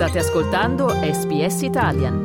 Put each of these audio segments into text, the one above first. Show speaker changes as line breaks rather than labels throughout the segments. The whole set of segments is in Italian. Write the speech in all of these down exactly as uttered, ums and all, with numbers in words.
State ascoltando S B S Italian.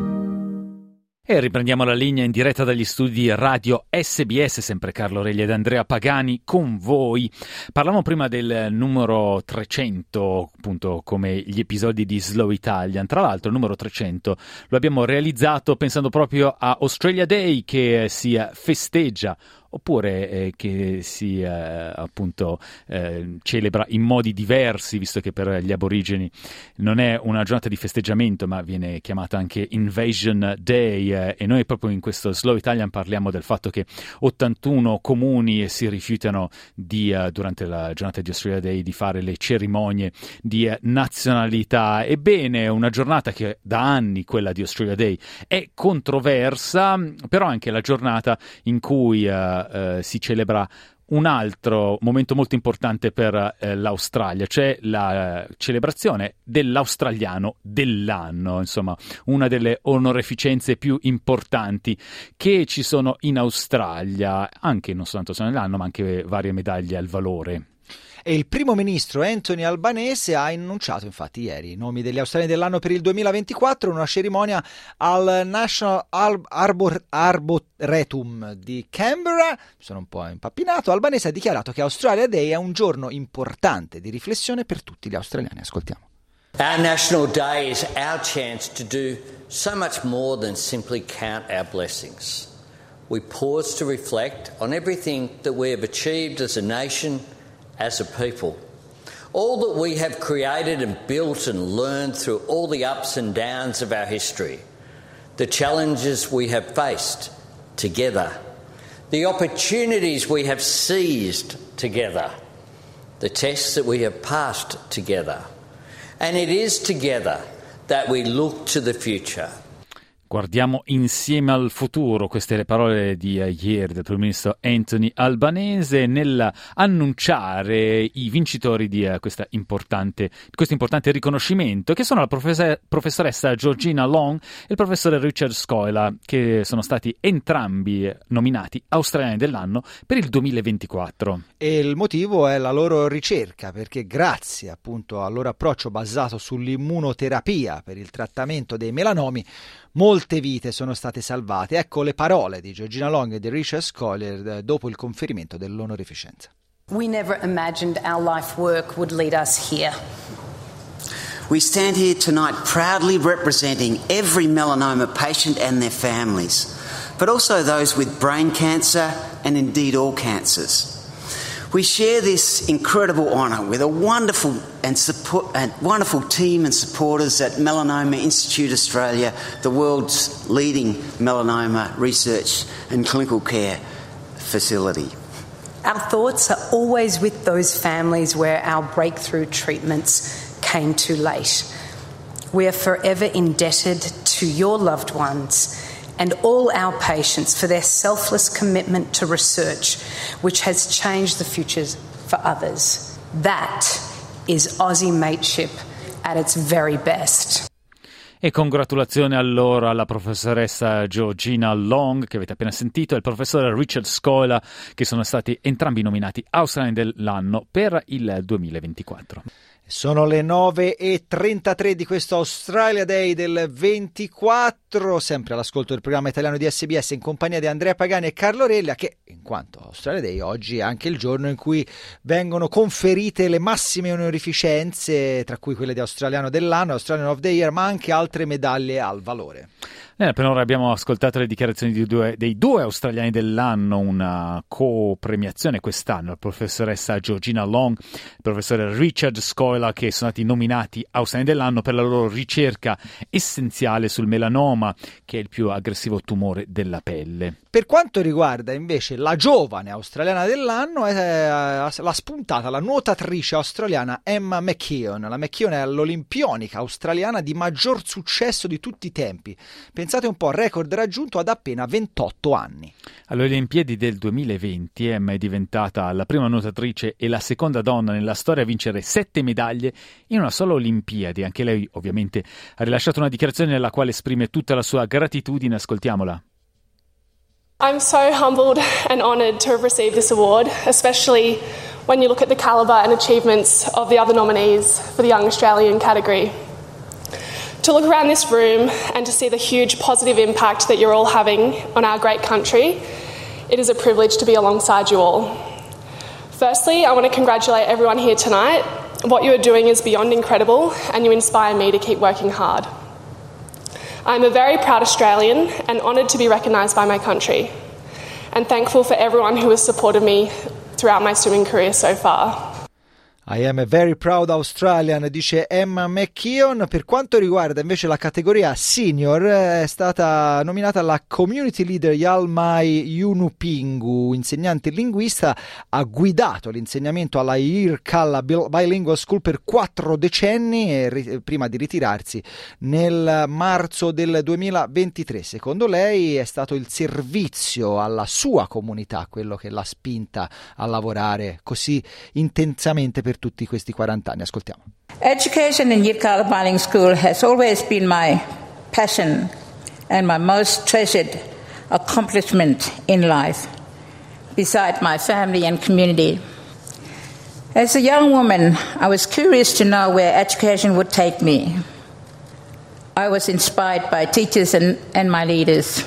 E riprendiamo la linea in diretta dagli studi radio S B S, sempre Carlo Reglia ed Andrea Pagani con voi. Parlavamo prima del numero trecento, appunto come gli episodi di Slow Italian. Tra l'altro il numero trecento lo abbiamo realizzato pensando proprio a Australia Day, che si festeggia oppure eh, che si eh, appunto eh, celebra in modi diversi, visto che per gli aborigeni non è una giornata di festeggiamento ma viene chiamata anche Invasion Day, eh, e noi proprio in questo Slow Italian parliamo del fatto che ottantuno comuni si rifiutano di eh, durante la giornata di Australia Day di fare le cerimonie di eh, nazionalità. Ebbene, una giornata che da anni, quella di Australia Day, è controversa, però anche la giornata in cui eh, Uh, si celebra un altro momento molto importante per eh, l'Australia, cioè la uh, celebrazione dell'australiano dell'anno, insomma una delle onorificenze più importanti che ci sono in Australia, anche non soltanto dell'anno ma anche varie medaglie al valore.
E il primo ministro Anthony Albanese ha annunciato infatti ieri i nomi degli australiani dell'anno per il duemilaventiquattro in una cerimonia al National Arbor- Arboretum di Canberra. Mi sono un po' impappinato. Albanese ha dichiarato che Australia Day è un giorno importante di riflessione per tutti gli australiani. Ascoltiamo.
Our National Day is our chance to do so much more than simply count our blessings. We pause to reflect on everything that we have achieved as a nation, as a people. All that we have created and built and learned through all the ups and downs of our history. The challenges we have faced together. The opportunities we have seized together. The tests that we have passed together. And it is together that we look to the future.
Guardiamo insieme al futuro, queste le parole di uh, ieri del primo ministro Anthony Albanese nell'annunciare i vincitori di uh, questa importante, questo importante riconoscimento, che sono la professor- professoressa Georgina Long e il professore Richard Scoila, che sono stati entrambi nominati australiani dell'anno per il duemilaventiquattro.
E il motivo è la loro ricerca, perché grazie appunto al loro approccio basato sull'immunoterapia per il trattamento dei melanomi, molte vite sono state salvate. Ecco le parole di Georgina Long e di Richard Scoila dopo il conferimento dell'onorificenza.
We never imagined our life work would lead us here.
We stand here tonight proudly representing every melanoma patient and their families, but also those with brain cancer and indeed all cancers. We share this incredible honour with a wonderful and support, and wonderful team and supporters at Melanoma Institute Australia, the world's leading melanoma research and clinical care facility.
Our thoughts are always with those families where our breakthrough treatments came too late. We are forever indebted to your loved ones and all our patients for their selfless commitment to research, which has changed the futures for others. That is Aussie mateship at its very best.
E congratulazioni allora alla professoressa Georgina Long, che avete appena sentito, e al professore Richard Scoila, che sono stati entrambi nominati australiani dell'anno per il duemilaventiquattro.
Sono le nove e trentatré di questo Australia Day del ventiquattro, sempre all'ascolto del programma italiano di S B S in compagnia di Andrea Pagani e Carlo Reglia, che in quanto Australia Day oggi è anche il giorno in cui vengono conferite le massime onorificenze, tra cui quelle di Australiano dell'anno, Australian of the Year, ma anche altre medaglie al valore.
Eh, per ora abbiamo ascoltato le dichiarazioni di due, dei due australiani dell'anno, una co-premiazione quest'anno, la professoressa Georgina Long e il professore Richard Scoila, che sono stati nominati australiani dell'anno per la loro ricerca essenziale sul melanoma, che è il più aggressivo tumore della pelle.
Per quanto riguarda invece la giovane australiana dell'anno, è la spuntata la nuotatrice australiana Emma McKeon. La McKeon è l'olimpionica australiana di maggior successo di tutti i tempi. Pensate un po', record raggiunto ad appena ventotto anni.
Alle Olimpiadi del duemilaventi Emma è diventata la prima nuotatrice e la seconda donna nella storia a vincere sette medaglie in una sola Olimpiadi. Anche lei ovviamente ha rilasciato una dichiarazione nella quale esprime tutta la sua gratitudine. Ascoltiamola.
I'm so humbled and honoured to have received this award, especially when you look at the calibre and achievements of the other nominees for the Young Australian category. To look around this room and to see the huge positive impact that you're all having on our great country, it is a privilege to be alongside you all. Firstly, I want to congratulate everyone here tonight. What you are doing is beyond incredible, and you inspire me to keep working hard. I'm a very proud Australian and honoured to be recognised by my country, and thankful for everyone who has supported me throughout my swimming career so far.
I am a very proud Australian, dice Emma McKeon. Per quanto riguarda invece la categoria senior, è stata nominata la community leader Yalmai Yunupingu, insegnante linguista, ha guidato l'insegnamento alla Yirrkala Bilingual School per quattro decenni e ri- prima di ritirarsi nel marzo del duemilaventitré. Secondo lei è stato il servizio alla sua comunità quello che l'ha spinta a lavorare così intensamente per tutti questi quaranta anni. Ascoltiamo.
Education in Yirrkala Bilingual School has always been my passion and my most treasured accomplishment in life, beside my family and community. As a young woman, I was curious to know where education would take me. I was inspired by teachers and, and my leaders.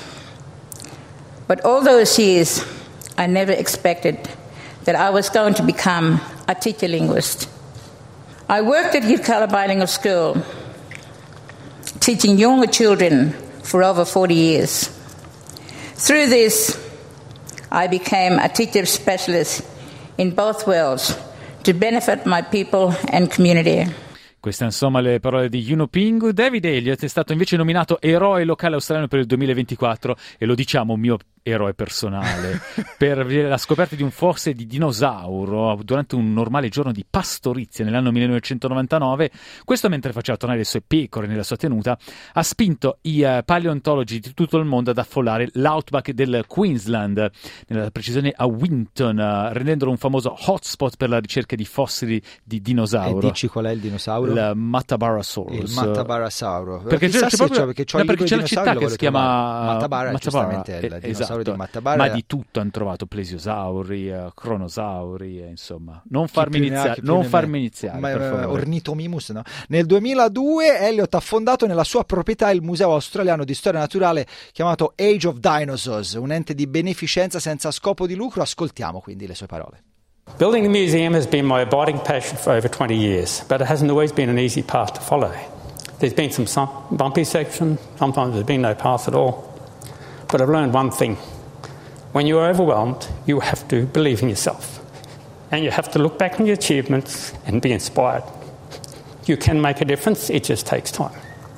But all those years, I never expected that I was going to become a teacher linguist. I worked at Yirrkala Bilingual School, teaching younger children for over forty years. Through this, I became a teacher specialist in both worlds to benefit my people and community.
Queste insomma le parole di Yunupingu. David Elliott è stato invece nominato eroe locale australiano per il duemilaventiquattro e lo diciamo mio eroe personale per la scoperta di un fossile di dinosauro durante un normale giorno di pastorizia nell'anno millenovecentonovantanove. Questo, mentre faceva tornare le sue pecore nella sua tenuta, ha spinto i uh, paleontologi di tutto il mondo ad affollare l'outback del Queensland, nella precisione a Winton, uh, rendendolo un famoso hotspot per la ricerca di fossili di dinosauro.
E dici qual è il dinosauro?
Il Matabarasaurus.
Il Matabarasauro.
Perché c'è, c'è, proprio,
perché c'ho
no, perché c'è la città che si chiama
Matabara,
Matabara,
giustamente, il
eh,
dinosauro
esatto.
di Matabara.
Ma di tutto hanno trovato plesiosauri, uh, cronosauri, eh, insomma. Non
Chi
farmi iniziare, non farmi iniziare,
ma,
per favore.
Ornithomimus, no? Nel duemiladue Elliott ha fondato nella sua proprietà il Museo Australiano di Storia Naturale chiamato Age of Dinosaurs, un ente di beneficenza senza scopo di lucro. Ascoltiamo quindi le sue parole.
Building the museum has been my abiding passion for over twenty years, but it hasn't always been an easy path to follow. There's been some bumpy sections, sometimes there's been no path at all. But I've learned one thing. When you are overwhelmed, you have to believe in yourself. And you have to look back on your achievements and be inspired. You can make a difference, it just takes time.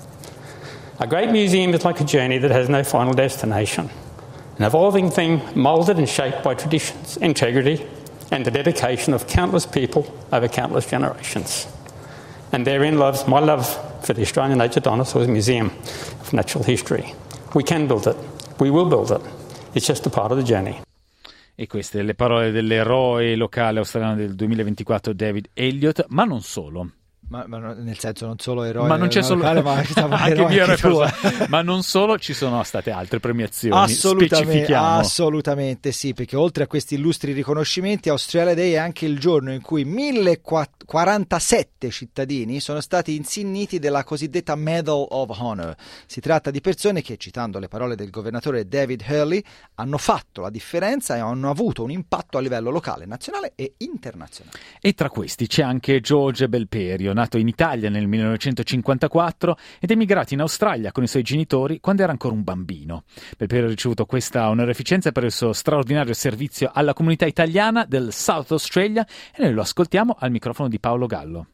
A great museum is like a journey that has no final destination. An evolving thing moulded and shaped by traditions, integrity, and the dedication of countless people over countless generations. And therein lies my love for the Australian Age of Dinosaurs Museum of Natural History. We can build it. We will build it. It's just a part of the journey.
E queste le parole dell'eroe locale australiano del duemilaventiquattro David Elliott, ma non solo.
Ma, ma nel senso non solo eroe,
ma non c'è solo
locale, ma
anche
eroe,
mio
anche
eroe ma non solo, ci sosono state altre premiazioni.
Assolutamente, assolutamente sì, perché oltre a questi illustri riconoscimenti, Australia Day è anche il giorno in cui mille quarantasette cittadini sono stati insigniti della cosiddetta Medal of Honor. Si tratta di persone che, citando le parole del governatore David Hurley, hanno fatto la differenza e hanno avuto un impatto a livello locale, nazionale e internazionale.
E tra questi c'è anche George Belperio, nato in Italia nel millenovecentocinquantaquattro ed emigrato in Australia con i suoi genitori quando era ancora un bambino. Belperio ha ricevuto questa onorificenza per il suo straordinario servizio alla comunità italiana del South Australia e noi lo ascoltiamo al microfono di Paolo Gallo.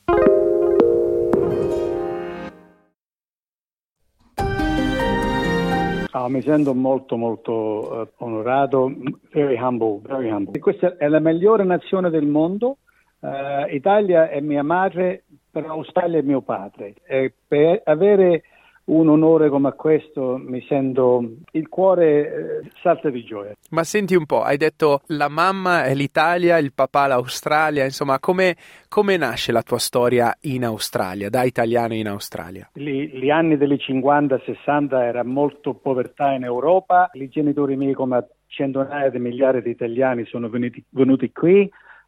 Oh, mi sento molto molto uh, onorato, very humble, very humble. Questa è la migliore nazione del mondo. Uh, Italia è mia madre, però Australia è mio padre. E per avere un onore come questo mi sento, il cuore eh, salta di gioia.
Ma senti un po', hai detto la mamma è l'Italia, il papà l'Australia, insomma come, come nasce la tua storia in Australia, da italiano in Australia?
Gli, gli anni degli cinquanta sessanta era molto povertà in Europa, i genitori miei come centinaia di migliaia di italiani sono venuti, venuti qui.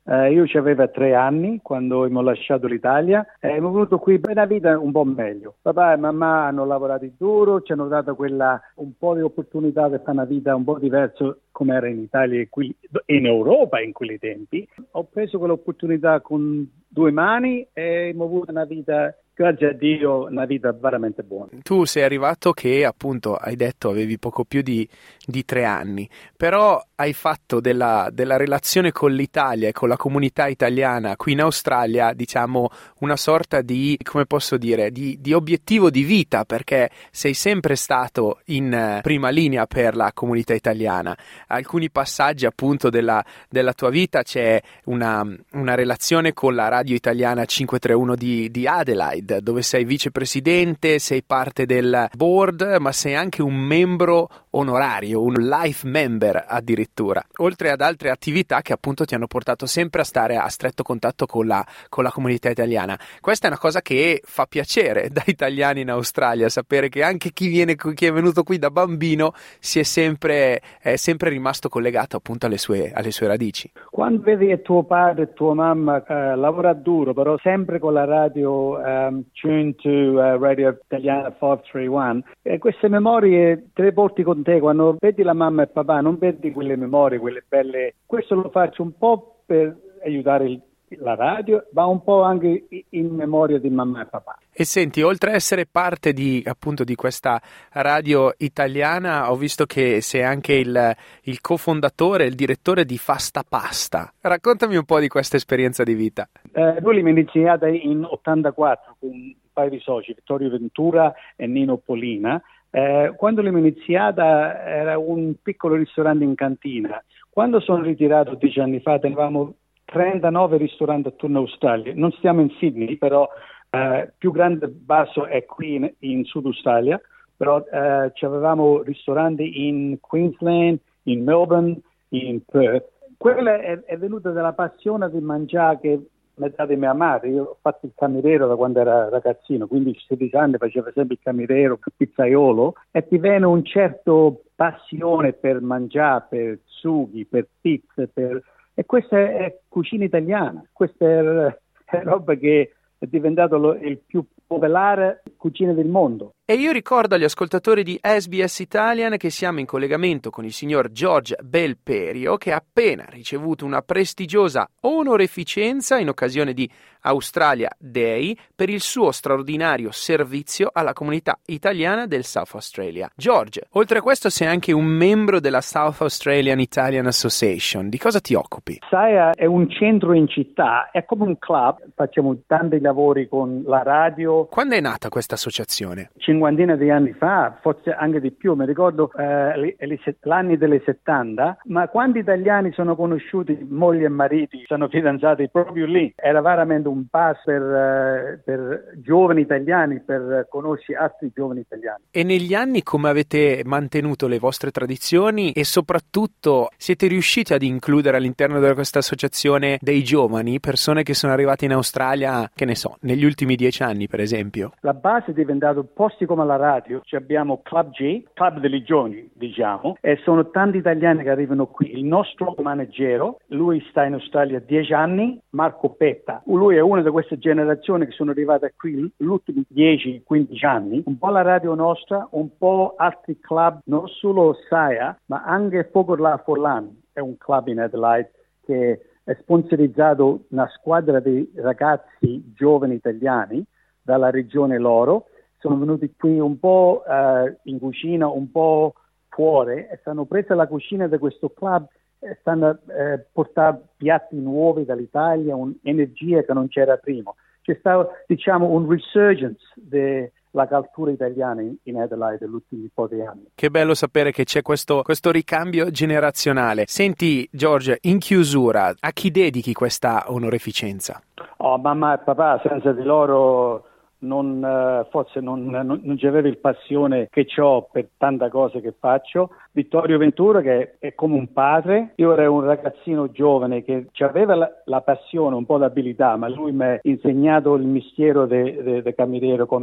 Uh, io avevo tre anni quando abbiamo lasciato l'Italia e siamo venuti qui per una vita un po' meglio. Papà e mamma hanno lavorato duro, ci hanno dato quella un po' di opportunità per fare una vita un po' diversa come era in Italia e qui, in Europa in quei tempi. Ho preso quell'opportunità con due mani e ho avuto una vita, grazie a Dio, una vita veramente buona.
Tu sei arrivato che appunto hai detto avevi poco più di, di tre anni, però hai fatto della, della relazione con l'Italia e con la comunità italiana qui in Australia, diciamo, una sorta di, come posso dire, di, di obiettivo di vita, perché sei sempre stato in prima linea per la comunità italiana. Alcuni passaggi appunto della, della tua vita, c'è una, una relazione con la radio italiana cinquecentotrentuno di, di Adelaide, dove sei vicepresidente, sei parte del board, ma sei anche un membro onorario, un life member addirittura, oltre ad altre attività che appunto ti hanno portato sempre a stare a stretto contatto con la, con la comunità italiana. Questa è una cosa che fa piacere da italiani in Australia, sapere che anche chi viene, chi è venuto qui da bambino si è sempre, è sempre rimasto collegato appunto alle sue, alle sue radici.
Quando vedi che tuo padre e tua mamma eh, lavora duro, però sempre con la radio um, tuned to uh, Radio Italiana cinquecentotrentuno, e queste memorie te le porti con te. Quando vedi la mamma e papà non vedi quelle memorie, quelle belle. Questo lo faccio un po' per aiutare il, la radio, ma un po' anche in memoria di mamma e papà.
E senti, oltre a essere parte di appunto di questa radio italiana, ho visto che sei anche il, il cofondatore, il direttore di Fasta Pasta. Raccontami un po' di questa esperienza di vita.
Eh, noi l'abbiamo iniziata in ottantaquattro con un paio di soci, Vittorio Ventura e Nino Polina. Eh, quando l'abbiamo iniziata era un piccolo ristorante in cantina. Quando sono ritirato dieci anni fa tenevamo trentanove ristoranti attorno Australia. Non stiamo in Sydney, però eh, più grande basso è qui in, in Sud Australia, però eh, avevamo ristoranti in Queensland, in Melbourne, in Perth. Quella è, è venuta dalla passione di mangiare che metà di mia madre. Io ho fatto il cameriere da quando era ragazzino, quindici sedici anni facevo sempre il cameriere, il pizzaiolo, e ti viene un certo passione per mangiare, per sughi, per pizze, per... e questa è, è cucina italiana, questa è, è roba che è diventato lo, il più popolare cucina del mondo.
E io ricordo agli ascoltatori di S B S Italian che siamo in collegamento con il signor George Belperio, che ha appena ricevuto una prestigiosa onoreficenza in occasione di Australia Day per il suo straordinario servizio alla comunità italiana del South Australia. George, oltre a questo sei anche un membro della South Australian Italian Association. Di cosa ti occupi?
S A I A è un centro in città, è come un club, facciamo tanti lavori con la radio.
Quando è nata questa associazione?
Cinquantina di anni fa, forse anche di più, mi ricordo eh, l'anni delle settanta, ma quanti italiani sono conosciuti, mogli e mariti, sono fidanzati proprio lì. Era veramente un passo per, eh, per giovani italiani, per conoscere altri giovani italiani.
E negli anni come avete mantenuto le vostre tradizioni e soprattutto siete riusciti ad includere all'interno di questa associazione dei giovani, persone che sono arrivate in Australia, che ne so, negli ultimi dieci anni per esempio?
La base è diventato posti come la radio, cioè abbiamo Club G, Club degli giovani diciamo, e sono tanti italiani che arrivano qui. Il nostro managgero, lui sta in Australia dieci anni, Marco Petta, lui è una di queste generazioni che sono arrivate qui gli ultimi dieci quindici anni, un po' la radio nostra, un po' altri club, non solo S A I A, ma anche Focorla Forlan, è un club in Adelaide che è sponsorizzato una squadra di ragazzi giovani italiani dalla regione loro. Sono venuti qui un po' eh, in cucina, un po' fuori, e stanno presa la cucina di questo club e stanno eh, portando piatti nuovi dall'Italia, un'energia che non c'era prima. C'è stato, diciamo, un resurgence della cultura italiana in, in Adelaide negli ultimi pochi anni.
Che bello sapere che c'è questo, questo ricambio generazionale. Senti, George, in chiusura, a chi dedichi questa onoreficenza?
Oh, mamma e papà, senza di loro... Non, uh, forse non, non, non c'avevo il passione che ho per tante cose che faccio. Vittorio Ventura, che è come un padre, io ero un ragazzino giovane che aveva la, la passione, un po' d'abilità, ma lui mi ha insegnato il mestiere del cameriere come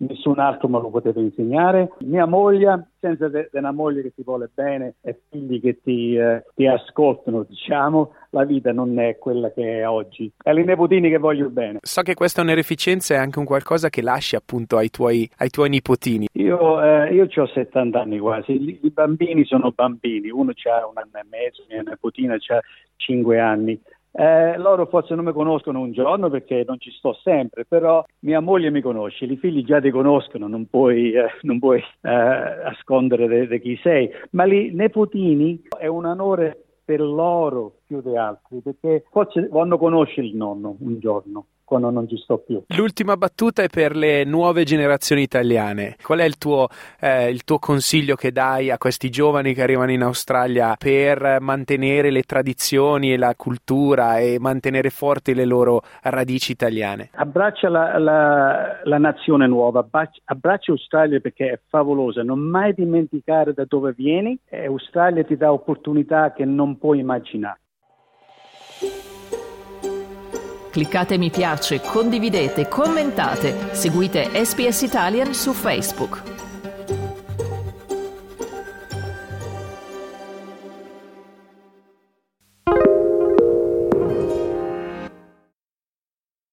nessun altro me lo poteva insegnare. Mia moglie, senza de- de una moglie che ti vuole bene e figli che ti, eh, ti ascoltano, diciamo, la vita non è quella che è oggi. E i nipotini che voglio bene.
So che questa onorificenza è anche un qualcosa che lasci appunto ai tuoi, ai tuoi nipotini.
Io, eh, io ho settanta anni quasi, I, i bambini sono bambini, uno ha un anno e mezzo, mia nipotina ha cinque anni. Eh, loro forse non mi conoscono un giorno perché non ci sto sempre, però mia moglie mi conosce, i figli già ti conoscono, non puoi, eh, non puoi eh, nascondere di chi sei, ma i nipotini è un onore per loro più di altri, perché forse vanno a conoscere il nonno un giorno quando non ci sto più.
L'ultima battuta è per le nuove generazioni italiane. Qual è il tuo, eh, il tuo consiglio che dai a questi giovani che arrivano in Australia per mantenere le tradizioni e la cultura e mantenere forti le loro radici italiane?
Abbraccia la, la, la nazione nuova, abbraccia, abbraccia Australia perché è favolosa, non mai dimenticare da dove vieni, e Australia ti dà opportunità che non puoi immaginare.
Cliccate mi piace, condividete, commentate, seguite S B S Italian su Facebook.